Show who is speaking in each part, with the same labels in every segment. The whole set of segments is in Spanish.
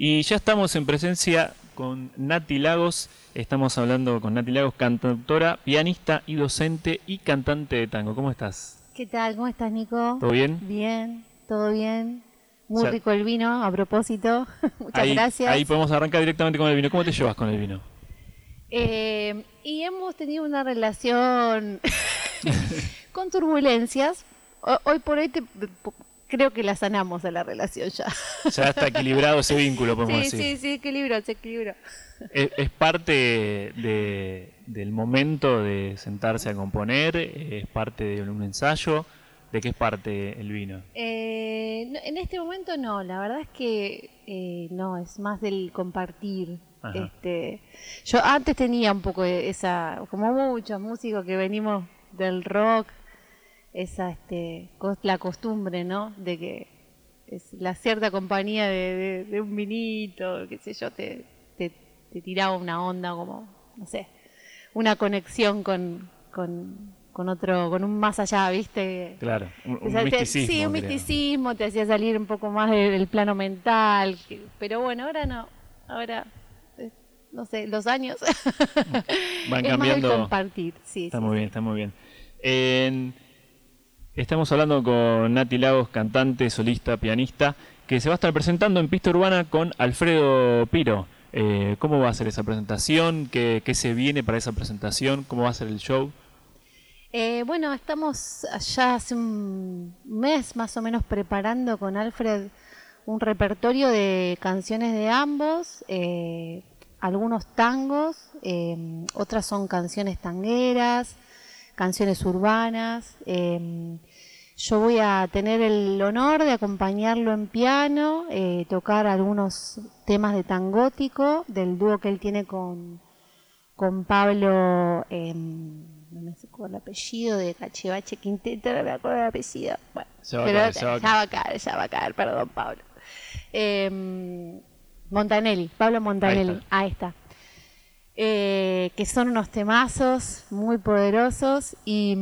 Speaker 1: Y ya estamos en presencia con Nati Lagos. Estamos hablando con Nati Lagos, cantautora, pianista y docente y cantante de tango. ¿Cómo estás?
Speaker 2: ¿Qué tal? ¿Cómo estás, Nico?
Speaker 1: ¿Todo bien?
Speaker 2: Bien, todo bien. Muy rico el vino, a propósito. Muchas gracias.
Speaker 1: Ahí podemos arrancar directamente con el vino. ¿Cómo te llevas con el vino?
Speaker 2: Y hemos tenido una relación con turbulencias. Hoy por hoy creo que la sanamos a la relación ya.
Speaker 1: Ya está equilibrado ese vínculo, podemos decir.
Speaker 2: Sí, se equilibró.
Speaker 1: ¿Es parte del momento de sentarse a componer? ¿Es parte de un ensayo? ¿De qué es parte el vino?
Speaker 2: En este momento no, la verdad es que no, es más del compartir. Yo antes tenía un poco esa, como muchos músicos que venimos del rock, esa la costumbre, ¿no? De que es la cierta compañía de un vinito, qué sé yo, te tiraba una onda como, no sé, una conexión con otro, con un más allá, ¿viste?
Speaker 1: Claro, un misticismo.
Speaker 2: Sí, un misticismo, te hacía salir un poco más del plano mental, pero bueno, ahora no, ahora no sé, los años
Speaker 1: van
Speaker 2: es
Speaker 1: cambiando.
Speaker 2: más el compartir, sí.
Speaker 1: Está muy bien, está muy bien. Estamos hablando con Nati Lagos, cantante, solista, pianista, que se va a estar presentando en Pista Urbana con Alfredo Piro. ¿Cómo va a ser esa presentación? ¿Qué se viene para esa presentación? ¿Cómo va a ser el show?
Speaker 2: Bueno, estamos ya hace un mes más o menos preparando con Alfred un repertorio de canciones de ambos, algunos tangos, otras son canciones tangueras, canciones urbanas. Yo voy a tener el honor de acompañarlo en piano, tocar algunos temas de tangótico del dúo que él tiene con Pablo, no me acuerdo el apellido, de Cachivache Quinteto, no me acuerdo el apellido. Bueno, ya va a caer, perdón, Pablo. Pablo Montanelli, ahí está. Que son unos temazos muy poderosos y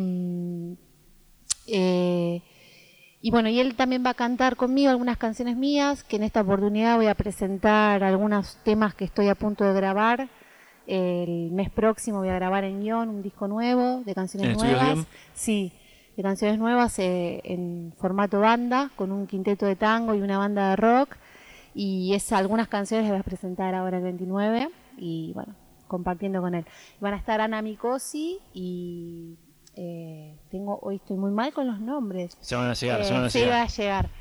Speaker 2: bueno, y él también va a cantar conmigo algunas canciones mías, que en esta oportunidad voy a presentar algunos temas que estoy a punto de grabar. El mes próximo voy a grabar en Guión un disco nuevo de canciones nuevas. Sí, de canciones nuevas en formato banda, con un quinteto de tango y una banda de rock. Y algunas canciones las voy a presentar ahora el 29 y bueno, compartiendo con él. Van a estar Ana Micosi y hoy estoy muy mal con los nombres.
Speaker 1: Se van a llegar,
Speaker 2: Sí, va a llegar.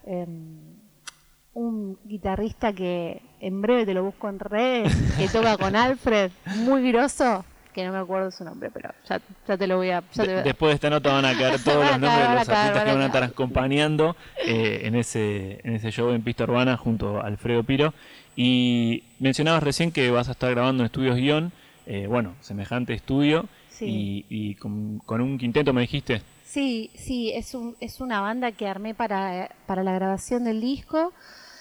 Speaker 2: Un guitarrista que en breve te lo busco en redes, que toca con Alfred, muy grosso, que no me acuerdo su nombre, pero ya te lo voy a...
Speaker 1: Después de esta nota van a caer todos los nombres de los artistas que van a estar acompañando en ese show en Pista Urbana junto a Alfredo Piro. Y mencionabas recién que vas a estar grabando en Estudios Guión, semejante estudio, sí. y con un quinteto, me dijiste.
Speaker 2: Sí, es una banda que armé para la grabación del disco.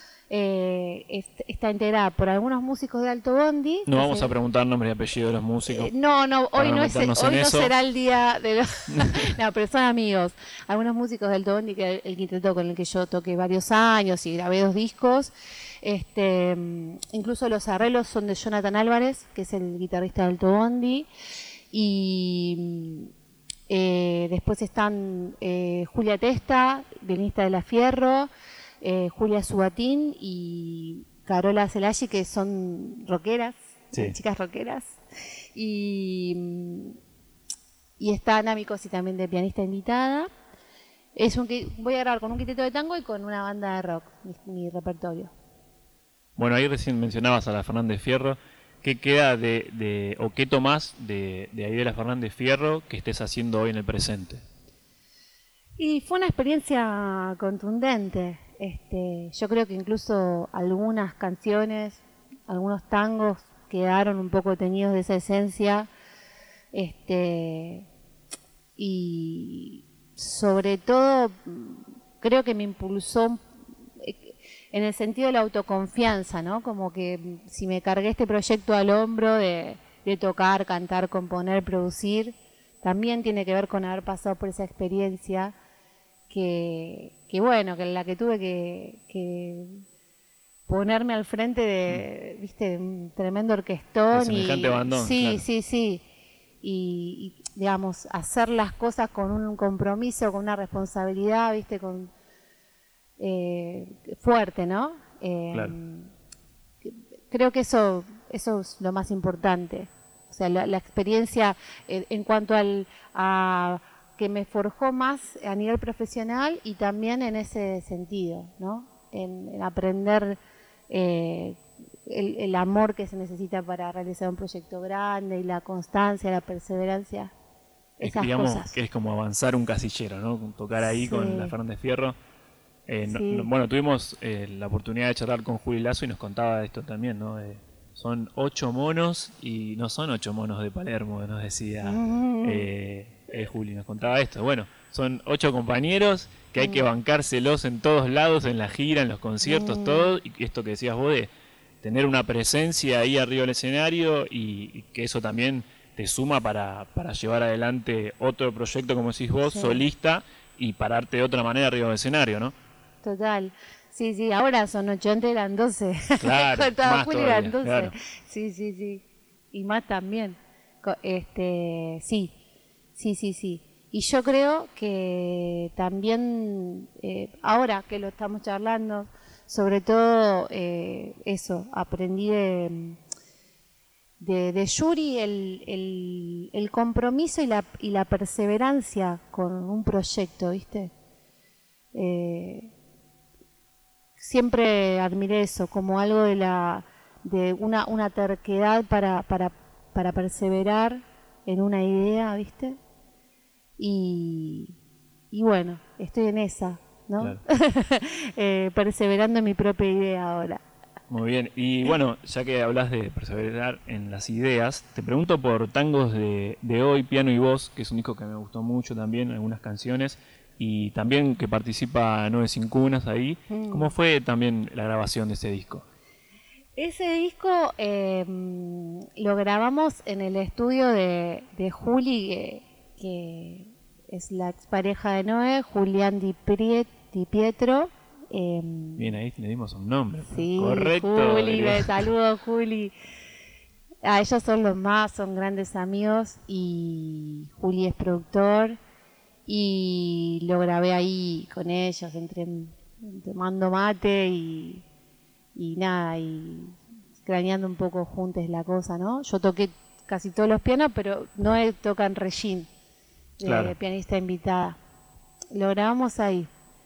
Speaker 2: Está integrada por algunos músicos de Alto Bondi.
Speaker 1: No vamos a preguntar nombres y apellidos de los músicos.
Speaker 2: No, hoy no será el día de los... No, pero son amigos. Algunos músicos de Alto Bondi, que el quinteto con el que yo toqué varios años y grabé 2 discos. Incluso los arreglos son de Jonathan Álvarez, que es el guitarrista de Alto Bondi. Y después están Julia Testa, violinista de La Fierro, Julia Subatín y Carola Celaggi, que son rockeras, chicas rockeras. Y está Ana Micosi también, de pianista invitada. Voy a grabar con un quinteto de tango y con una banda de rock, mi repertorio.
Speaker 1: Bueno, ahí recién mencionabas a la Fernández Fierro. ¿Qué queda o qué tomás de ahí de la Fernández Fierro que estés haciendo hoy en el presente?
Speaker 2: Y fue una experiencia contundente. Yo creo que incluso algunas canciones, algunos tangos quedaron un poco teñidos de esa esencia. Y sobre todo creo que me impulsó en el sentido de la autoconfianza, ¿no? Como que si me cargué este proyecto al hombro de tocar, cantar, componer, producir, también tiene que ver con haber pasado por esa experiencia que bueno, que la que tuve que ponerme al frente de, viste, un tremendo orquestón.
Speaker 1: Semejante bandón.
Speaker 2: Sí,
Speaker 1: claro.
Speaker 2: sí. Y, digamos, hacer las cosas con un compromiso, con una responsabilidad, viste, con fuerte, ¿no?
Speaker 1: Claro.
Speaker 2: Creo que eso es lo más importante. O sea, la experiencia en cuanto a que me forjó más a nivel profesional y también en ese sentido, ¿no? En aprender el amor que se necesita para realizar un proyecto grande y la constancia, la perseverancia, esas
Speaker 1: digamos
Speaker 2: cosas.
Speaker 1: que es como avanzar un casillero, ¿no? Tocar ahí con la Fernández Fierro. Bueno, tuvimos la oportunidad de charlar con Juli Lazo y nos contaba de esto también, ¿no? Son 8 monos y no son 8 monos de Palermo, nos decía Juli, nos contaba esto. Bueno, son 8 compañeros que hay que bancárselos en todos lados, en la gira, en los conciertos, todo. Y esto que decías vos de tener una presencia ahí arriba del escenario y que eso también te suma para llevar adelante otro proyecto, como decís vos, solista, y pararte de otra manera arriba del escenario, ¿no?
Speaker 2: Total. Sí, ahora son 8, antes eran 12.
Speaker 1: Claro, más
Speaker 2: Julio
Speaker 1: todavía,
Speaker 2: eran 12.
Speaker 1: claro.
Speaker 2: Sí. Y más también. Sí. Y yo creo que también, ahora que lo estamos charlando, sobre todo eso, aprendí de Yuri el compromiso y la perseverancia con un proyecto, ¿viste? Siempre admiré eso como algo de una terquedad para perseverar en una idea, ¿viste? Y bueno, estoy en esa, ¿no?
Speaker 1: Claro.
Speaker 2: Perseverando en mi propia idea ahora.
Speaker 1: Muy bien, y bueno, ya que hablas de perseverar en las ideas, te pregunto por Tangos de Hoy, Piano y Voz, que es un disco que me gustó mucho también, algunas canciones, y también que participa Nueve Sin Cunas ahí. ¿Cómo fue también la grabación de ese disco?
Speaker 2: Ese disco lo grabamos en el estudio de Juli, que es la expareja de Noé, Julián Di Pietro.
Speaker 1: Bien, ahí le dimos un nombre.
Speaker 2: Sí,
Speaker 1: correcto.
Speaker 2: Juli, me saludo, Juli. Ellos son grandes amigos y Juli es productor y lo grabé ahí con ellos, tomando mate y nada, y craneando un poco juntos la cosa, ¿no? Yo toqué casi todos los pianos, pero no tocan Regine,
Speaker 1: claro,
Speaker 2: pianista invitada. Lo grabamos ahí.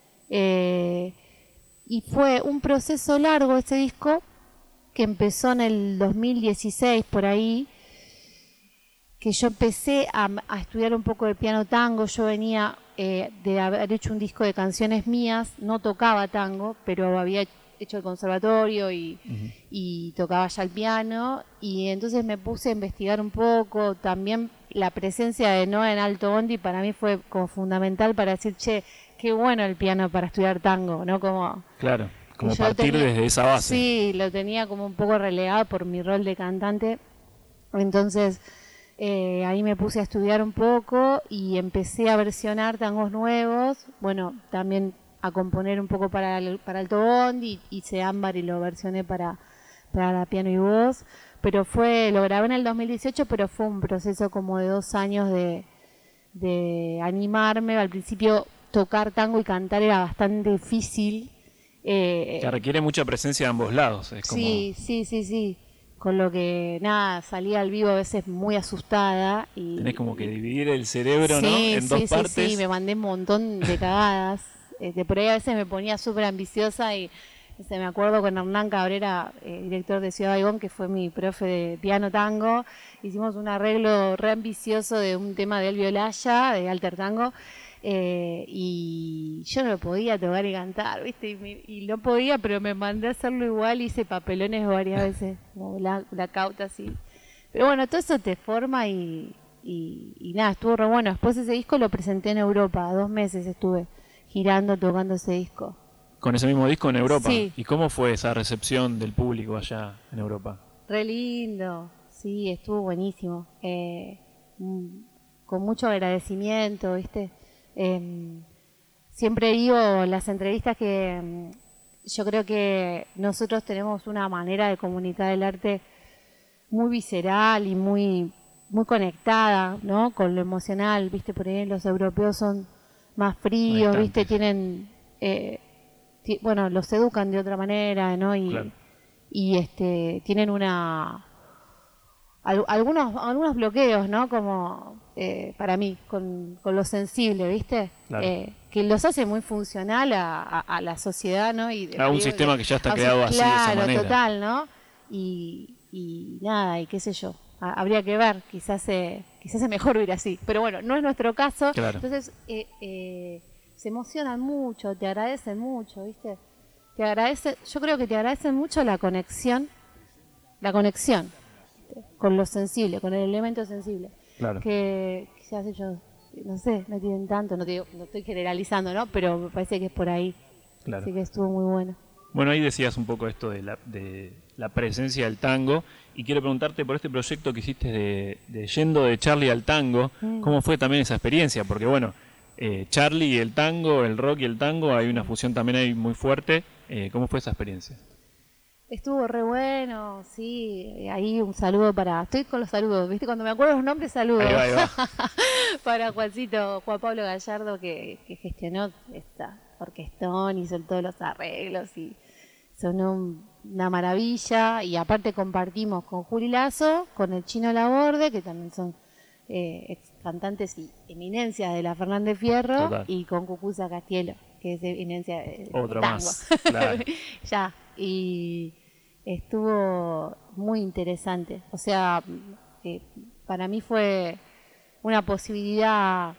Speaker 2: Y fue un proceso largo ese disco, que empezó en el 2016 por ahí, que yo empecé a estudiar un poco de piano tango. Yo venía de haber hecho un disco de canciones mías, no tocaba tango, pero había hecho el conservatorio y tocaba ya el piano, y entonces me puse a investigar un poco. También la presencia de Noah en Alto Bondi para mí fue como fundamental para decir, che, qué bueno el piano para estudiar tango, ¿no?
Speaker 1: Claro, como partir desde esa base.
Speaker 2: Sí, lo tenía como un poco relegado por mi rol de cantante. Entonces ahí me puse a estudiar un poco y empecé a versionar tangos nuevos. Bueno, también a componer un poco para Alto Bondi, hice Ámbar y lo versioné para la piano y voz. Pero lo grabé en el 2018, pero fue un proceso como de 2 años de animarme. Al principio tocar tango y cantar era bastante difícil.
Speaker 1: Que requiere mucha presencia de ambos lados. Es como...
Speaker 2: Sí. Con lo que, nada, salía al vivo a veces muy asustada.
Speaker 1: Tenés como que dividir el cerebro, ¿no? En dos partes.
Speaker 2: Sí, me mandé un montón de cagadas. Por ahí a veces me ponía súper ambiciosa y me acuerdo con Hernán Cabrera, director de Ciudad Baigón, que fue mi profe de piano tango. Hicimos un arreglo re ambicioso de un tema de Elvio Olaya, de Alter Tango. Y yo no podía tocar y cantar, ¿viste? Y no podía, pero me mandé a hacerlo igual, hice papelones varias veces, como la cauta así. Pero bueno, todo eso te forma y nada, estuvo re bueno. Después ese disco lo presenté en Europa, 2 meses estuve girando, tocando ese disco.
Speaker 1: ¿Con ese mismo disco en Europa?
Speaker 2: Sí.
Speaker 1: ¿Y cómo fue esa recepción del público allá en Europa?
Speaker 2: Re lindo, sí, estuvo buenísimo. Con mucho agradecimiento, ¿viste? Siempre digo las entrevistas que yo creo que nosotros tenemos una manera de comunicar el arte muy visceral y muy conectada, ¿no? Con lo emocional, ¿viste? Por ahí los europeos son más fríos, ¿viste? Tienen, bueno, los educan de otra manera, ¿no? Y tienen algunos bloqueos, ¿no? Como para mí, con lo sensible, ¿viste?
Speaker 1: Claro.
Speaker 2: Que los hace muy funcional a la sociedad, ¿no? Y
Speaker 1: un sistema que ya está creado así,
Speaker 2: claro,
Speaker 1: de esa manera.
Speaker 2: Total, ¿no? Y nada, y qué sé yo. Habría que ver, quizás es mejor vivir así. Pero bueno, no es nuestro caso.
Speaker 1: Claro.
Speaker 2: Entonces, se emocionan mucho, te agradecen mucho, ¿viste? Yo creo que te agradecen mucho la conexión con lo sensible, con el elemento sensible.
Speaker 1: Claro.
Speaker 2: Que quizás ellos, no sé, no tienen tanto, no estoy generalizando, ¿no? Pero me parece que es por ahí.
Speaker 1: Claro.
Speaker 2: Así que estuvo muy bueno.
Speaker 1: Bueno, ahí decías un poco esto de la presencia del tango, y quiero preguntarte por este proyecto que hiciste de Yendo de Charlie al tango, ¿cómo fue también esa experiencia? Porque bueno, Charlie y el tango, el rock y el tango, hay una fusión también ahí muy fuerte. ¿Cómo fue esa experiencia?
Speaker 2: Estuvo re bueno, sí. Ahí un saludo estoy con los saludos, ¿viste? Cuando me acuerdo los nombres, saludos.
Speaker 1: Ahí va.
Speaker 2: Para Juan Pablo Gallardo, que gestionó esta orquestón, hizo todos los arreglos y sonó una maravilla. Y aparte compartimos con Juli Lazo, con el Chino Laborde, que también son ex cantantes y eminencias de la Fernández Fierro.
Speaker 1: Total.
Speaker 2: Y con Cucuza Castielo, que es eminencia de
Speaker 1: Otro
Speaker 2: tango.
Speaker 1: más, claro.
Speaker 2: Ya, y estuvo muy interesante. O sea, para mí fue una posibilidad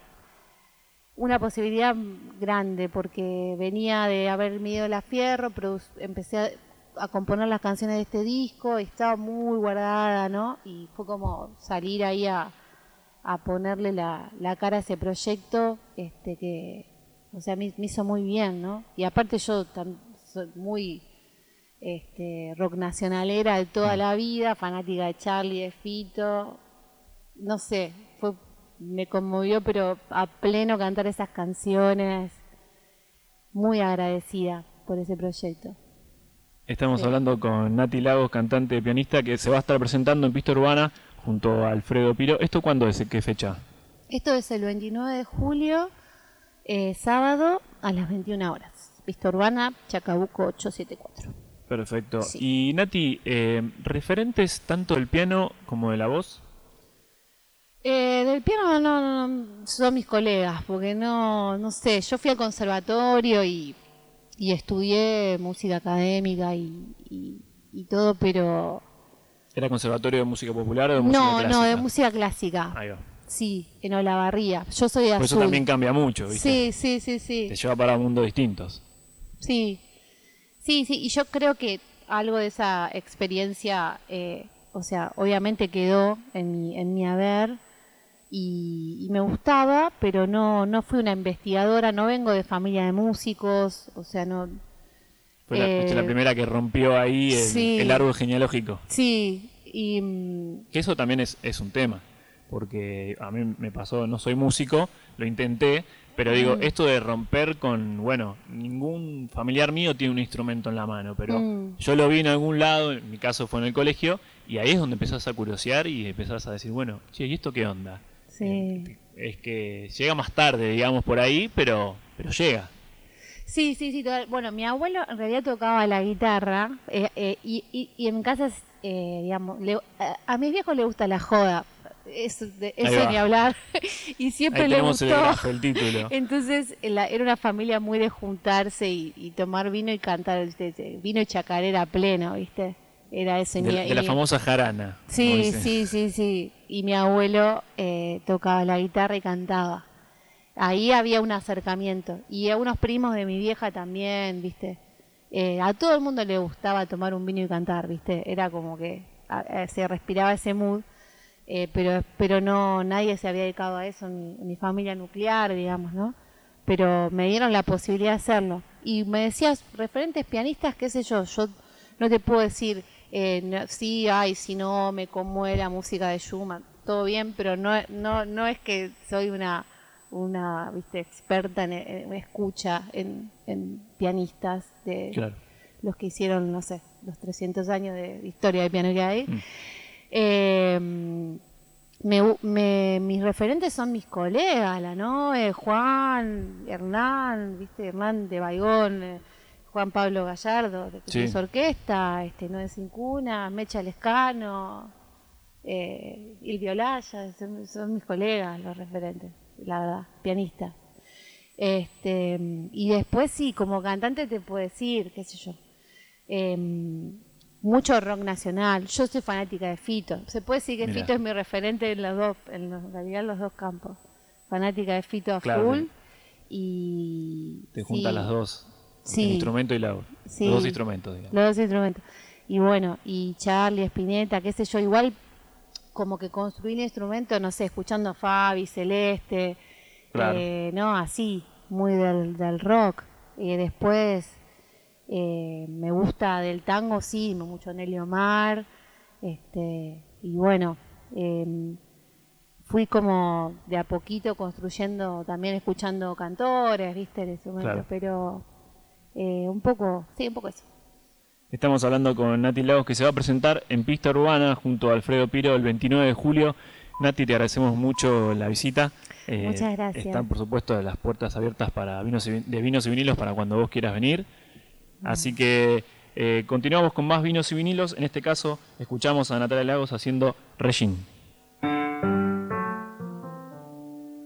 Speaker 2: grande, porque venía de haberme ido a la Fierro, empecé a componer las canciones de este disco, y estaba muy guardada, ¿no? Y fue como salir ahí a ponerle la cara a ese proyecto, que, o sea, me hizo muy bien, ¿no? Y aparte yo soy muy rock nacionalera de toda la vida, fanática de Charlie, de Fito, no sé, me conmovió, pero a pleno cantar esas canciones, muy agradecida por ese proyecto.
Speaker 1: Estamos hablando con Nati Lagos, cantante y pianista, que se va a estar presentando en Pista Urbana junto a Alfredo Piro. ¿Esto cuándo es? ¿Qué fecha?
Speaker 2: Esto es el 29 de julio, sábado a las 21 horas. Pista Urbana, Chacabuco 874.
Speaker 1: Perfecto.
Speaker 2: Sí.
Speaker 1: Y Nati, ¿referentes tanto del piano como de la voz?
Speaker 2: Del piano no, son mis colegas, porque no sé, yo fui al conservatorio y estudié música académica y todo, pero...
Speaker 1: ¿Era conservatorio de música popular o de música clásica?
Speaker 2: No, de música clásica.
Speaker 1: Ahí va.
Speaker 2: Sí, en Olavarría. Yo soy de Azul.
Speaker 1: Por eso también cambia mucho, ¿viste?
Speaker 2: Sí.
Speaker 1: Te lleva para mundos distintos.
Speaker 2: Sí, y yo creo que algo de esa experiencia, o sea, obviamente quedó en mi haber y me gustaba, pero no fui una investigadora, no vengo de familia de músicos, o sea, no...
Speaker 1: Fue la primera que rompió ahí el árbol genealógico.
Speaker 2: Sí, y...
Speaker 1: Que eso también es un tema, porque a mí me pasó, no soy músico, lo intenté, pero digo, esto de romper con, bueno, ningún familiar mío tiene un instrumento en la mano, pero yo lo vi en algún lado, en mi caso fue en el colegio, y ahí es donde empezás a curiosear y empezás a decir, bueno, che, ¿y esto qué onda?
Speaker 2: Sí.
Speaker 1: Es que llega más tarde, digamos, por ahí, pero llega.
Speaker 2: Sí, total. Bueno, mi abuelo en realidad tocaba la guitarra y en mi casa, digamos, a mis viejos les gusta la joda, eso ni hablar, y siempre
Speaker 1: ahí
Speaker 2: le
Speaker 1: tenemos
Speaker 2: gustó.
Speaker 1: el título.
Speaker 2: Entonces era una familia muy de juntarse y tomar vino y cantar, vino y chacarera a pleno, ¿viste? Era eso.
Speaker 1: De la famosa jarana.
Speaker 2: Sí. Y mi abuelo tocaba la guitarra y cantaba. Ahí había un acercamiento. Y a unos primos de mi vieja también, ¿viste? A todo el mundo le gustaba tomar un vino y cantar, ¿viste? Era como que se respiraba ese mood. Pero no, nadie se había dedicado a eso en mi familia nuclear, digamos, ¿no? Pero me dieron la posibilidad de hacerlo. Y me decías, referentes pianistas, qué sé yo no te puedo decir, si no, me conmueve la música de Schumann, todo bien, pero no es que soy una ¿viste? Experta en escucha en pianistas.
Speaker 1: Claro.
Speaker 2: los que hicieron, no sé, los 300 años de historia de piano que hay. Mis referentes son mis colegas, la Noe, Juan, Hernán, ¿viste? Hernán de Baigón, Juan Pablo Gallardo, de su orquesta, Noe Cincuna, Mecha Lescano, Ilvio Olaya, son mis colegas los referentes, la verdad, pianistas. Y después sí, como cantante te puedo decir, qué sé yo, mucho rock nacional. Yo soy fanática de Fito. Se puede decir que Fito es mi referente en realidad en los dos campos. Fanática de Fito a full.
Speaker 1: Y te junta las dos, el instrumento y los dos instrumentos, digamos.
Speaker 2: Los dos instrumentos. Y bueno, y Charlie, Spinetta, qué sé yo, igual como que construí un instrumento, no sé, escuchando a Fabi, Celeste, no, así, muy del rock. Y después me gusta del tango, sí, mucho Nelly Omar, y bueno, fui como de a poquito construyendo, también escuchando cantores, viste, el instrumento, pero un poco eso.
Speaker 1: Estamos hablando con Nati Lagos, que se va a presentar en Pista Urbana junto a Alfredo Piro el 29 de julio. Nati, te agradecemos mucho la visita.
Speaker 2: Muchas gracias.
Speaker 1: Están, por supuesto, las puertas abiertas para vinos y vinilos para cuando vos quieras venir. Así que continuamos con más vinos y vinilos. En este caso, escuchamos a Natalia Lagos haciendo Regine.